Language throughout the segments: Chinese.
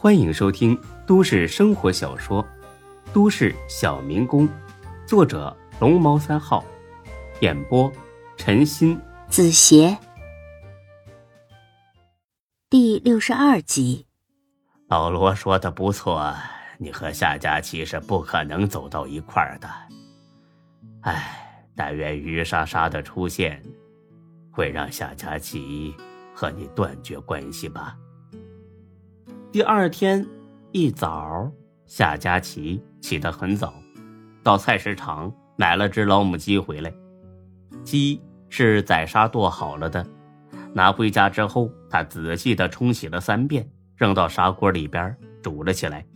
欢迎收听都市生活小说《都市小民工》，作者龙猫3号，演播陈鑫、 子邪。第62集。 老罗说的不错，你和夏佳琪是不可能走到一块儿的。但愿于莎莎的出现会让夏佳琪和你断绝关系吧。第二天一早，夏佳琪起得很早，到菜市场买了只老母鸡回来。鸡是宰杀剁好了的，拿回家之后，他仔细地冲洗了3遍，扔到砂锅里边煮了起来。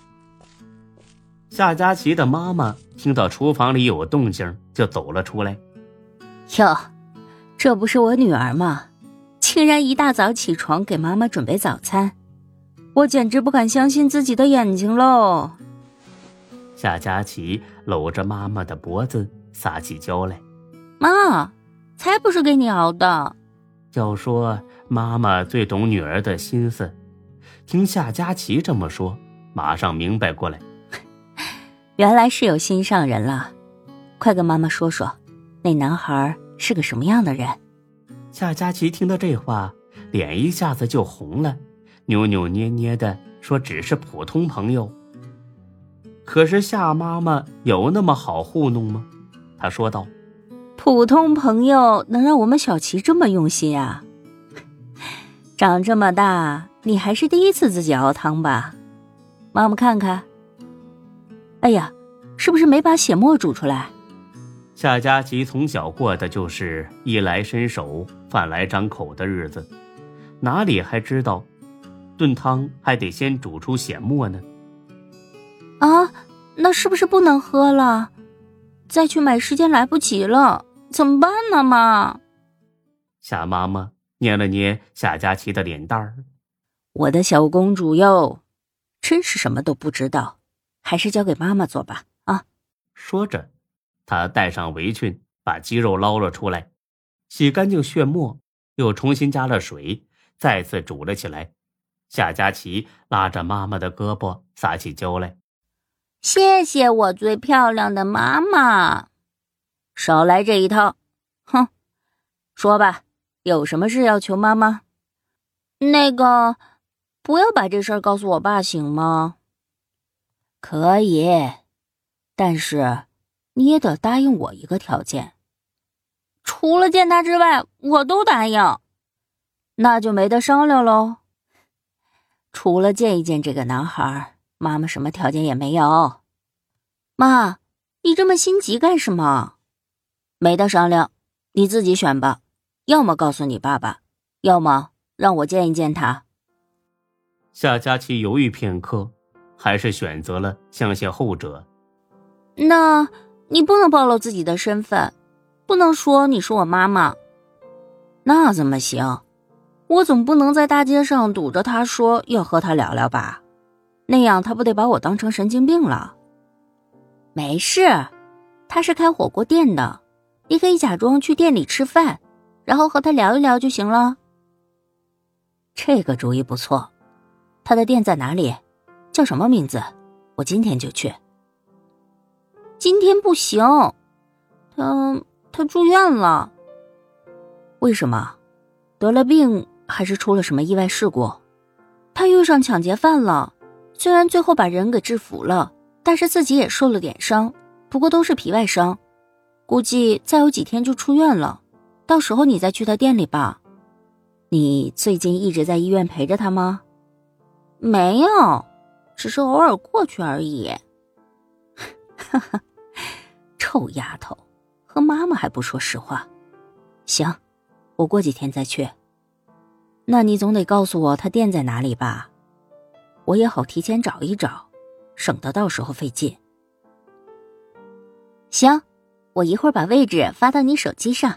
夏佳琪的妈妈听到厨房里有动静，就走了出来。 哟，这不是我女儿吗？竟然一大早起床给妈妈准备早餐，我简直不敢相信自己的眼睛喽。 夏佳琪搂着妈妈的脖子撒起娇来。 妈，才不是给你熬的。 要说妈妈最懂女儿的心思，听夏佳琪这么说，马上明白过来。 原来是有心上人了，快跟妈妈说说，那男孩是个什么样的人？ 夏佳琪听到这话，脸一下子就红了，扭扭捏捏的说只是普通朋友。可是夏妈妈有那么好糊弄吗？她说道： 普通朋友能让我们小琪这么用心啊？长这么大，你还是第一次自己熬汤吧？妈妈看看。哎呀，是不是没把血沫煮出来？ 夏佳琪从小过的就是衣来伸手饭来张口的日子，哪里还知道炖汤还得先煮出血沫呢？ 啊，那是不是不能喝了？再去买时间来不及了，怎么办呢，妈？ 夏妈妈捏了捏夏佳琪的脸蛋儿。 我的小公主哟，真是什么都不知道，还是交给妈妈做吧啊！ 说着，她戴上围裙，把鸡肉捞了出来，洗干净血沫，又重新加了水，再次煮了起来。夏佳琪拉着妈妈的胳膊撒起娇来。 谢谢我最漂亮的妈妈，少来这一套，哼！说吧，有什么事要求妈妈？那个，不要把这事儿告诉我爸行吗？可以，但是你也得答应我一个条件。除了见他之外，我都答应。那就没得商量喽。除了见一见这个男孩，妈妈什么条件也没有。妈，你这么心急干什么？没得商量，你自己选吧，要么告诉你爸爸，要么让我见一见他。 夏佳琪犹豫片刻，还是选择了相信后者。 那你不能暴露自己的身份，不能说你是我妈妈。那怎么行？我总不能在大街上堵着他说要和他聊聊吧，那样他不得把我当成神经病了。没事，他是开火锅店的，你可以假装去店里吃饭，然后和他聊一聊就行了。这个主意不错。他的店在哪里？叫什么名字？我今天就去。今天不行，他住院了。为什么？得了病还是出了什么意外事故？他遇上抢劫犯了，虽然最后把人给制服了，但是自己也受了点伤，不过都是皮外伤，估计再有几天就出院了，到时候你再去他店里吧。你最近一直在医院陪着他吗？没有，只是偶尔过去而已。哈哈，臭丫头，和妈妈还不说实话。行，我过几天再去。那你总得告诉我他店在哪里吧，我也好提前找一找，省得到时候费劲。行，我一会儿把位置发到你手机上。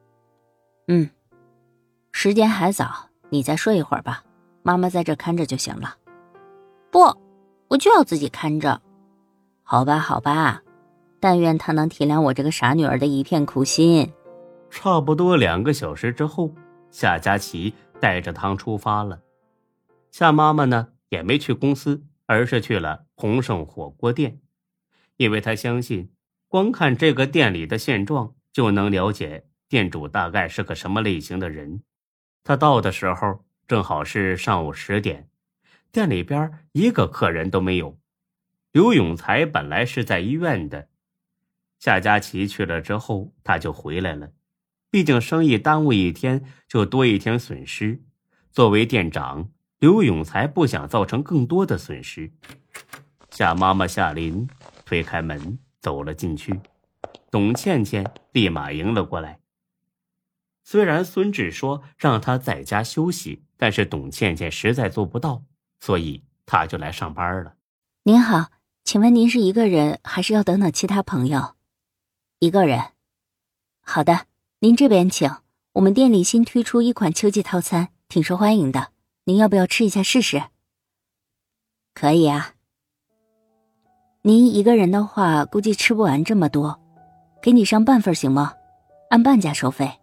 时间还早，你再睡一会儿吧，妈妈在这看着就行了。不，我就要自己看着。好吧好吧，但愿他能体谅我这个傻女儿的一片苦心。 差不多2个小时之后，夏佳琪带着汤出发了。夏妈妈呢也没去公司，而是去了鸿盛火锅店，因为他相信光看这个店里的现状就能了解店主大概是个什么类型的人。他到的时候正好是上午10点，店里边一个客人都没有。刘永才本来是在医院的，夏佳琪去了之后他就回来了，毕竟生意耽误一天就多一天损失，作为店长，刘永才不想造成更多的损失。夏妈妈夏琳推开门走了进去，董倩倩立马迎了过来。虽然孙志说让她在家休息，但是董倩倩实在做不到，所以她就来上班了。 您好，请问您是一个人还是要等等其他朋友？一个人。好的，您这边请。我们店里新推出一款秋季套餐，挺受欢迎的，您要不要吃一下试试？可以啊。您一个人的话估计吃不完这么多，给你上半份行吗？按半价收费。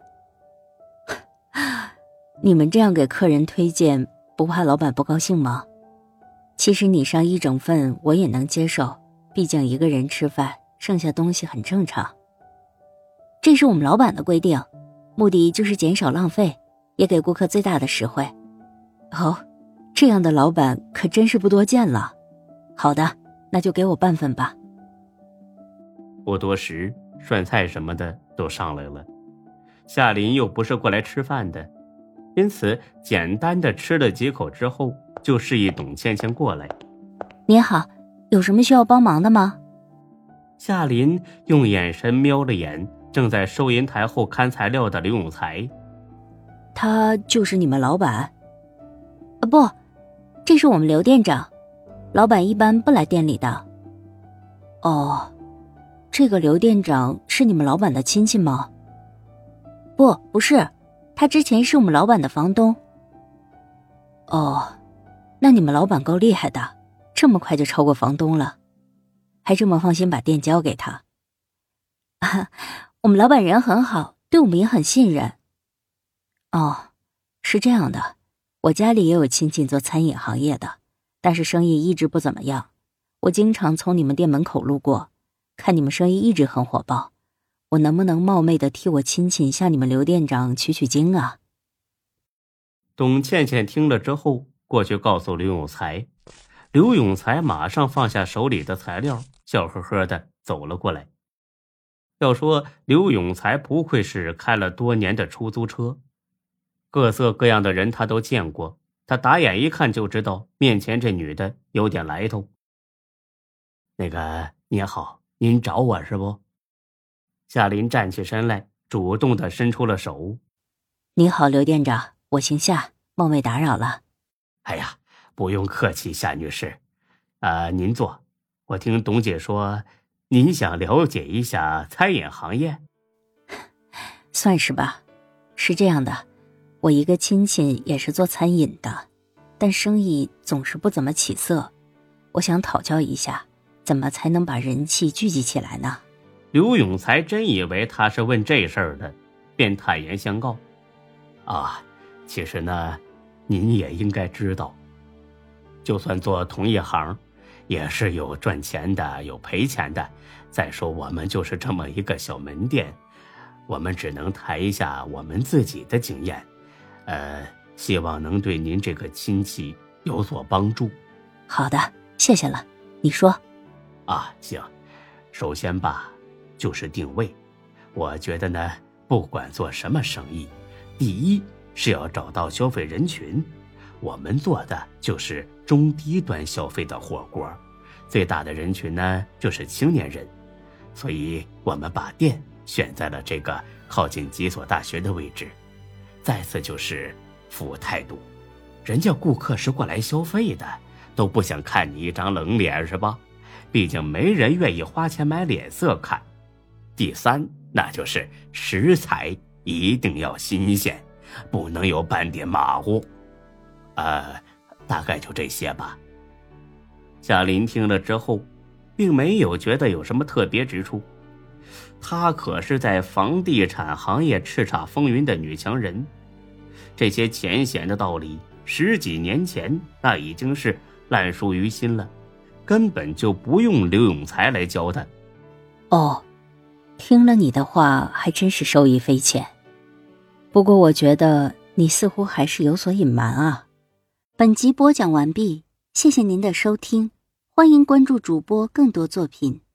你们这样给客人推荐，不怕老板不高兴吗？其实你上一整份我也能接受，毕竟一个人吃饭，剩下东西很正常。这是我们老板的规定，目的就是减少浪费，也给顾客最大的实惠。哦，这样的老板可真是不多见了。好的，那就给我半份吧。 不多时，涮菜什么的都上来了。夏琳又不是过来吃饭的，因此简单的吃了几口之后，就示意董倩倩过来。 您好，有什么需要帮忙的吗？ 夏琳用眼神瞄了眼正在收银台后看材料的刘永才。 他就是你们老板？不，这是我们刘店长，老板一般不来店里的。哦，这个刘店长是你们老板的亲戚吗？不是，他之前是我们老板的房东。哦，那你们老板够厉害的，这么快就超过房东了，还这么放心把店交给他。我们老板人很好，对我们也很信任。哦，是这样的，我家里也有亲戚做餐饮行业的，但是生意一直不怎么样。我经常从你们店门口路过，看你们生意一直很火爆，我能不能冒昧的替我亲戚向你们刘店长取取经啊？ 董倩倩听了之后过去告诉刘永才，刘永才马上放下手里的材料，笑呵呵的走了过来。要说刘永才不愧是开了多年的出租车，各色各样的人他都见过，他打眼一看就知道面前这女的有点来头。那个您好，您找我是不？夏琳站起身来，主动的伸出了手。 你好，刘店长，我姓夏，冒昧打扰了。 哎呀，不用客气，夏女士。您坐。我听董姐说您想了解一下餐饮行业。 算是吧。是这样的，我一个亲戚也是做餐饮的，但生意总是不怎么起色，我想讨教一下怎么才能把人气聚集起来呢？ 刘永才真以为他是问这事儿的，便坦言相告。其实呢，您也应该知道，就算做同一行，也是有赚钱的，有赔钱的。再说我们就是这么一个小门店，我们只能谈一下我们自己的经验，希望能对您这个亲戚有所帮助。 好的，谢谢了。你说。 行。首先吧，就是定位。我觉得呢，不管做什么生意，第一是要找到消费人群。我们做的就是中低端消费的火锅，最大的人群呢就是青年人，所以我们把店选在了这个靠近几所大学的位置。再次就是服务态度，人家顾客是过来消费的，都不想看你一张冷脸是吧？毕竟没人愿意花钱买脸色看。第三，那就是食材一定要新鲜，不能有半点马虎。大概就这些吧。夏琳听了之后，并没有觉得有什么特别之处。她可是在房地产行业叱咤风云的女强人，这些浅显的道理，10几年前那已经是烂熟于心了，根本就不用刘永才来教他。 哦，听了你的话还真是受益匪浅。不过我觉得你似乎还是有所隐瞒啊。本集播讲完毕，谢谢您的收听，欢迎关注主播更多作品。